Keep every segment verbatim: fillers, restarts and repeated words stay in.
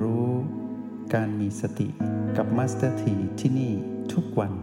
รู้การมีสติกับมาสเตอร์ทีที่นี่ทุกวัน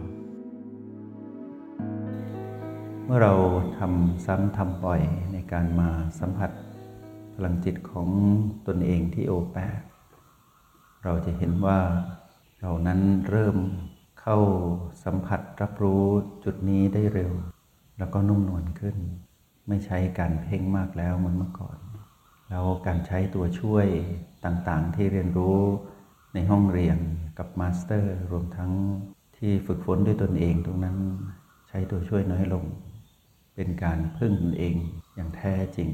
เมื่อเราทำซ้ำทำบ่อยในการมาสัมผัสพลังจิตของตนเองที่โอแปดเราจะเห็นว่าเรานั้นเริ่มเข้าสัมผัสรับรู้จุดนี้ได้เร็วแล้วก็นุ่มนวลขึ้นไม่ใช้การเพ่งมากแล้วเหมือนเมื่อก่อนแล้วการใช้ตัวช่วยต่างๆที่เรียนรู้ในห้องเรียนกับมาสเตอร์รวมทั้งที่ฝึกฝนด้วยตนเองตรงนั้นใช้ตัวช่วยน้อยลงเป็นการพึ่งตนเองอย่างแท้จริง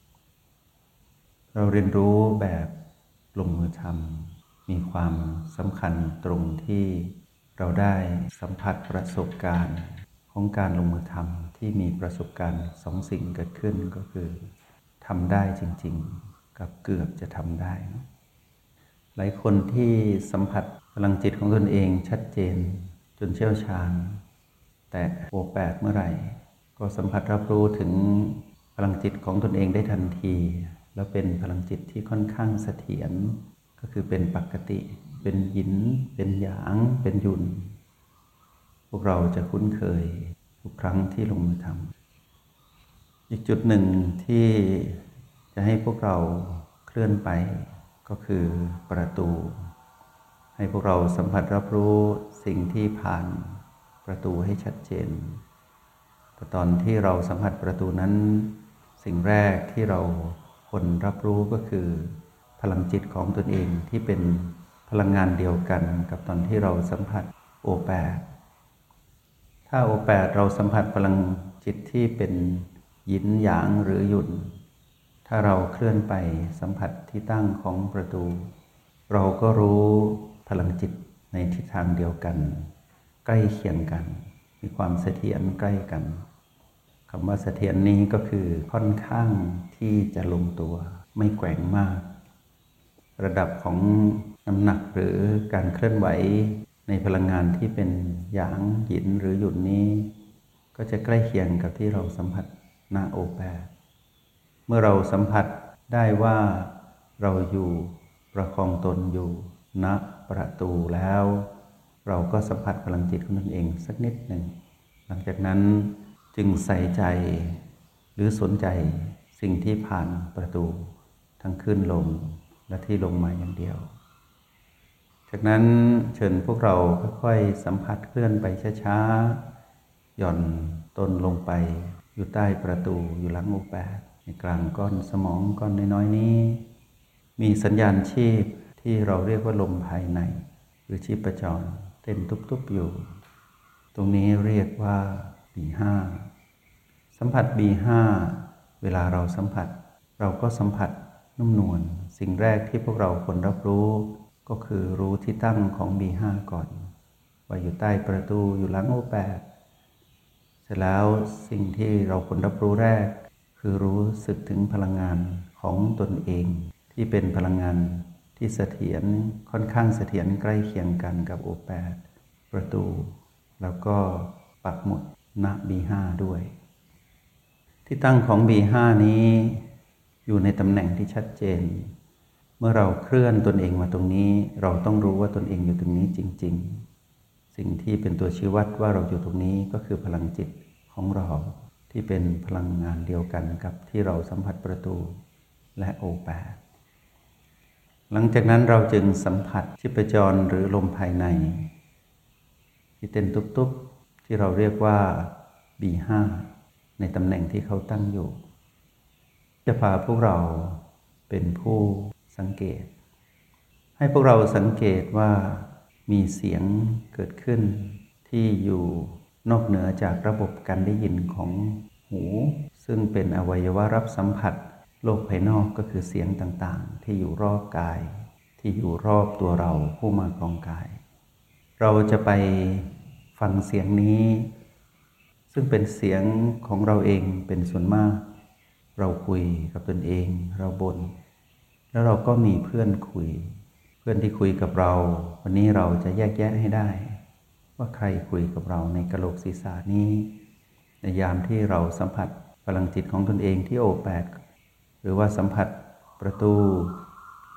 เราเรียนรู้แบบลงมือทำมีความสำคัญตรงที่เราได้สัมผัสประสบการณ์ของการลงมือทำที่มีประสบการณ์สองสิ่งเกิดขึ้นก็คือทำได้จริงๆกับเกือบจะทำได้หลายคนที่สัมผัสพลังจิตของตนเองชัดเจนจนเชี่ยวชาญแต่โอแปดเมื่อไหร่ก็สัมผัสรับรู้ถึงพลังจิตของตนเองได้ทันทีแล้วเป็นพลังจิตที่ค่อนข้างเสถียรก็คือเป็นปกติเป็นหยินเป็นหยางเป็นหยุนพวกเราจะคุ้นเคยทุกครั้งที่ลงมือทำอีกจุดหนึ่งที่จะให้พวกเราเคลื่อนไปก็คือประตูให้พวกเราสัมผัสรับรู้สิ่งที่ผ่านประตูให้ชัดเจนแต่ตอนที่เราสัมผัสประตูนั้นสิ่งแรกที่เราควรรับรู้ก็คือพลังจิตของตนเองที่เป็นพลังงานเดียวกันกับตอนที่เราสัมผัสโอแปดถ้าโอแปดเราสัมผัสพลังจิตที่เป็นหยินหยางหรือหยุนถ้าเราเคลื่อนไปสัมผัสที่ตั้งของประตูเราก็รู้พลังจิตในทิศทางเดียวกันใกล้เคียงกันมีความเสถียรใกล้กันคำว่าเสถียรนี้ก็คือค่อนข้างที่จะลงตัวไม่แกว่งมากระดับของน้ำหนักหรือการเคลื่อนไหวในพลังงานที่เป็นหยางหยินหรือหยุนนี้ก็จะใกล้เคียงกับที่เราสัมผัสณโอแปดเมื่อเราสัมผัสได้ว่าเราอยู่ประคองตนอยู่ณประตูแล้วเราก็สัมผัสพลังจิตของตนเองสักนิดหนึ่งหลังจากนั้นจึงใส่ใจหรือสนใจสิ่งที่ผ่านประตูทั้งขึ้นลงและที่ลงมาอย่างเดียวจากนั้นเชิญพวกเราค่อยๆสัมผัสเคลื่อนไปช้าๆหย่อนตนลงไปอยู่ใต้ประตูอยู่หลังโอแปดในกลางก้อนสมองก้อนน้อยๆนี้มีสัญญาณชีพที่เราเรียกว่าลมภายในหรือชีพจรเต้นทุบๆอยู่ตรงนี้เรียกว่า บี ห้า สัมผัส บี ห้า เวลาเราสัมผัสเราก็สัมผัสนุ่มนวลสิ่งแรกที่พวกเราควรรับรู้ก็คือรู้ที่ตั้งของ บี ห้า ก่อนว่าอยู่ใต้ประตูอยู่หลังโอแปดเสร็จแล้วสิ่งที่เราควรรับรู้แรกคือรู้สึกถึงพลังงานของตนเองที่เป็นพลังงานที่เสถียรค่อนข้างเสถียรใกล้เคียงกันกับโอแปดประตูแล้วก็ปักหมุดณ บี ห้า ด้วยที่ตั้งของ บี ห้า นี้อยู่ในตำแหน่งที่ชัดเจนเมื่อเราเคลื่อนตนเองมาตรงนี้เราต้องรู้ว่าตนเองอยู่ตรงนี้จริงๆสิ่งที่เป็นตัวชี้วัดว่าเราอยู่ตรงนี้ก็คือพลังจิตของเราที่เป็นพลังงานเดียวกันกับที่เราสัมผัสประตูและโอแปดหลังจากนั้นเราจึงสัมผัสชีพจรหรือลมภายในที่เต้นตุบๆที่เราเรียกว่า บี ห้า ในตำแหน่งที่เขาตั้งอยู่จะพาพวกเราเป็นผู้สังเกตให้พวกเราสังเกตว่ามีเสียงเกิดขึ้นที่อยู่นอกเหนือจากระบบการได้ยินของหูซึ่งเป็นอวัยวะรับสัมผัสโลกภายนอกก็คือเสียงต่างๆที่อยู่รอบกายที่อยู่รอบตัวเราผู้มาครองกายเราจะไปฟังเสียงนี้ซึ่งเป็นเสียงของเราเองเป็นส่วนมากเราคุยกับตนเองเราบ่นแล้วเราก็มีเพื่อนคุยเพื่อนที่คุยกับเราวันนี้เราจะแยกแยะให้ได้ว่าใครคุยกับเราในกะโหลกศีรษะนี้ในยามที่เราสัมผัสพลังจิตของตนเองที่โอแปดหรือว่าสัมผัสประตู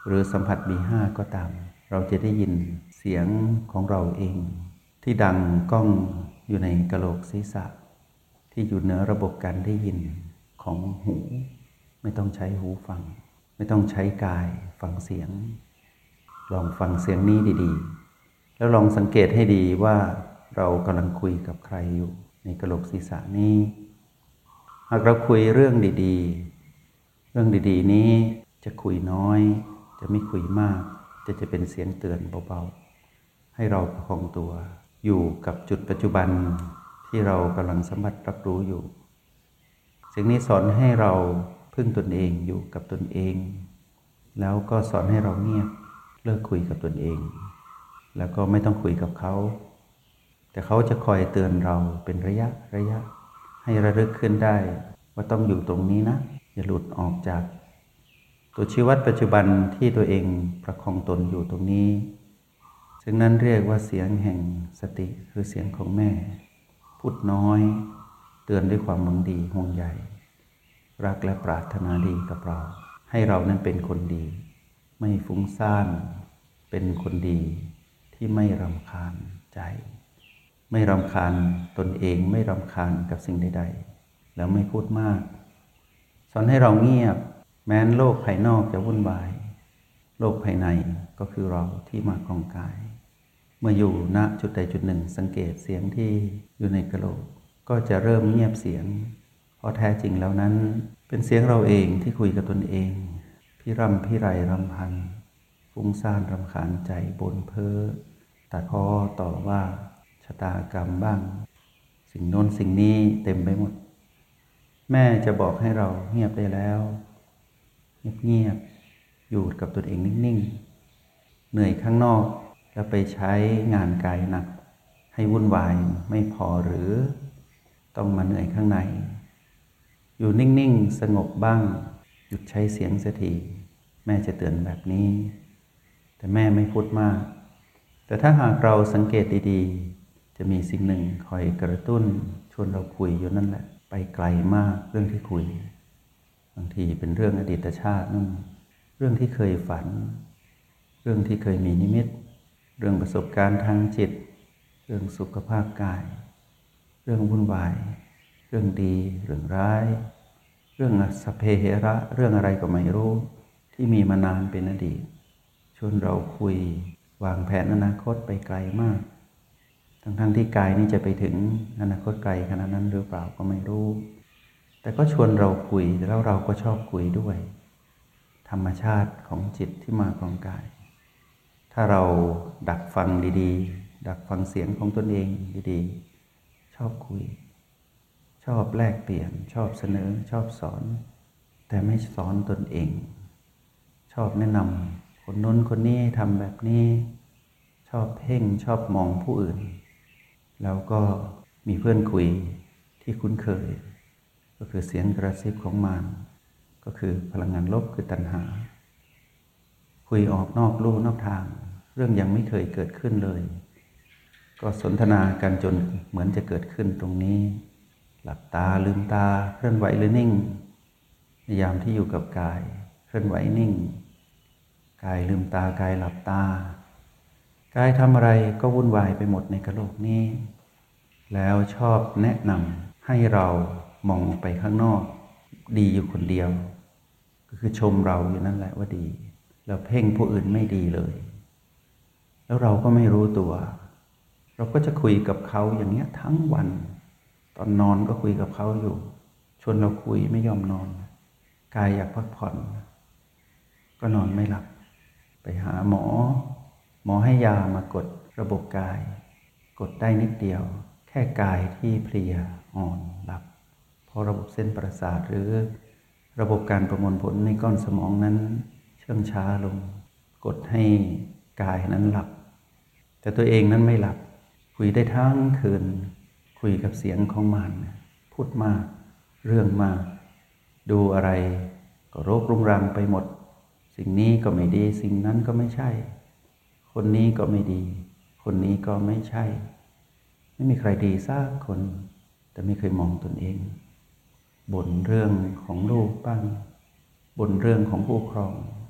หรือสัมผัสมีห้าก็ตามเราจะได้ยินเสียงของเราเองที่ดังก้องอยู่ในกะโหลกศีรษะที่อยู่เหนือระบบการได้ยินของหูไม่ต้องใช้หูฟังไม่ต้องใช้กายฟังเสียงลองฟังเสียงนี้ดีๆแล้วลองสังเกตให้ดีว่าเรากำลังคุยกับใครอยู่ในกะโหลกศีรษะนี้หากเราคุยเรื่องดีๆเรื่องดีๆนี้จะคุยน้อยจะไม่คุยมากจะจะเป็นเสียงเตือนเบาๆให้เราประคองตัวอยู่กับจุดปัจจุบันที่เรากำลังสัมผัสรับรู้อยู่สิ่งนี้สอนให้เราพึ่งตนเองอยู่กับตนเองแล้วก็สอนให้เราเงียบเลิกคุยกับตนเองแล้วก็ไม่ต้องคุยกับเขาแต่เขาจะคอยเตือนเราเป็นระยะระยะให้ระลึกขึ้นได้ว่าต้องอยู่ตรงนี้นะอย่าหลุดออกจากตัวชีวิตปัจจุบันที่ตัวเองประคองตนอยู่ตรงนี้ซึ่งนั้นเรียกว่าเสียงแห่งสติคือเสียงของแม่พูดน้อยเตือนด้วยความหวังดีห่วงใยรักและปรารถนาดีกับเราให้เรานั้นเป็นคนดีไม่ฟุ้งซ่านเป็นคนดีที่ไม่รำคาญใจไม่รำคาญตนเองไม่รำคาญกับสิ่งใดๆแล้วไม่พูดมากสอนให้เราเงียบแม้นโลกภายนอกจะวุ่นวายโลกภายในก็คือเราที่มาครองกายเมื่ออยู่ณจุดใดจุดหนึ่งสังเกตเสียงที่อยู่ในกะโหลกก็จะเริ่มเงียบเสียงเพราะแท้จริงแล้วนั้นเป็นเสียงเราเองที่คุยกับตนเองพี่รำพี่ไรรำพันฟุ้งซ่านรำคาญใจบ่นเพ้อตัดพ้อต่อว่าชะตากรรมบ้างสิ่งโน้นสิ่งนี้เต็มไปหมดแม่จะบอกให้เราเงียบได้แล้วเงียบๆอยู่กับตนเองนิ่งๆเหนื่อยข้างนอกแล้วไปใช้งานกายหนักให้วุ่นวายไม่พอหรือต้องมาเหนื่อยข้างในอยู่นิ่งๆสงบบ้างหยุดใช้เสียงเสียทีแม่จะเตือนแบบนี้แต่แม่ไม่พูดมากแต่ถ้าหากเราสังเกตดีๆจะมีสิ่งหนึ่งคอยกระตุ้นชวนเราคุยอยู่นั่นแหละไปไกลมากเรื่องที่คุยบางทีเป็นเรื่องอดีตชาตินู่นเรื่องที่เคยฝันเรื่องที่เคยมีนิมิตเรื่องประสบการณ์ทางจิตเรื่องสุขภาพกายเรื่องวุ่นวายเรื่องดีเรื่องร้ายเรื่องสพเพเหระเรื่องอะไรก็ไม่รู้ที่มีมานานเป็นอดีตชวนเราคุยวางแผนอนาคตไปไกลมากทั้งๆที่กายนี้จะไปถึงอนาคตไกลขนาดนั้นหรือเปล่าก็ไม่รู้แต่ก็ชวนเราคุยแล้วเราก็ชอบคุยด้วยธรรมชาติของจิตที่มาของกายถ้าเราดักฟังดีๆดักฟังเสียงของตนเองดีๆชอบคุยชอบแลกเปลี่ยนชอบเสนอชอบสอนแต่ไม่สอนตนเองชอบแนะนำคนน้นคนนี้ให้ทำแบบนี้ชอบเพ่งชอบมองผู้อื่นแล้วก็มีเพื่อนคุยที่คุ้นเคยก็คือเสียงกระซิบของมารก็คือพลังงานลบคือตัณหาคุยออกนอกลู่นอกทางเรื่องยังไม่เคยเกิดขึ้นเลยก็สนทนากันจนเหมือนจะเกิดขึ้นตรงนี้หลับตาลืมตาเคลื่อนไหวหรือนิ่งในยามที่อยู่กับกายเคลื่อนไหวนิ่งกายลืมตากายหลับตากายทำอะไรก็วุ่นวายไปหมดในกะโหลกนี้แล้วชอบแนะนำให้เรามองไปข้างนอกดีอยู่คนเดียวก็คือชมเราอยู่นั่นแหละว่าดีแล้วเพ่งผู้อื่นไม่ดีเลยแล้วเราก็ไม่รู้ตัวเราก็จะคุยกับเขาอย่างเงี้ยทั้งวันตอนนอนก็คุยกับเขาอยู่ชวนเราคุยไม่ยอมนอนกายอยากพักผ่อนก็นอนไม่หลับไปหาหมอหมอให้ยามากดระบบกายกดได้นิดเดียวแค่กายที่เพลียอ่อนหลับเพราะระบบเส้นประสาทหรือระบบการประมวลผลในก้อนสมองนั้นเชื่องช้าลงกดให้กายนั้นหลับแต่ตัวเองนั้นไม่หลับคุยได้ทั้งคืนคุยกับเสียงของมันพูดมากเรื่องมากดูอะไรก็โรครุงรังไปหมดสิ่งนี้ก็ไม่ดีสิ่งนั้นก็ไม่ใช่คนนี้ก็ไม่ดีคนนี้ก็ไม่ใช่ไม่มีใครดีสักคนแต่ไม่เคยมองตนเองบ่นเรื่องของลูกบ้างบ่นเรื่องของผู้ครอง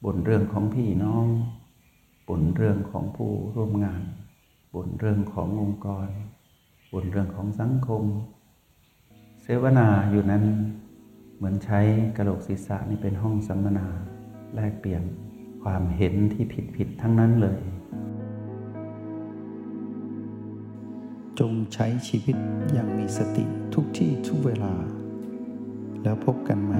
บนเรื่องของพี่น้องบนเรื่องของผู้ร่วมงานบนเรื่องขององค์กรบนเรื่องของสังคมเสวนาอยู่นั้นเหมือนใช้กะโหลกศีรษะนี่เป็นห้องสัมมนาแลกเปลี่ยนความเห็นที่ผิดผิดทั้งนั้นเลยจงใช้ชีวิตอย่างมีสติทุกที่ทุกเวลาแล้วพบกันไหม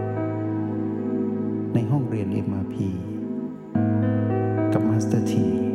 ในห้องเรียน เอ็ม อาร์ พี กับมาสเตอร์ที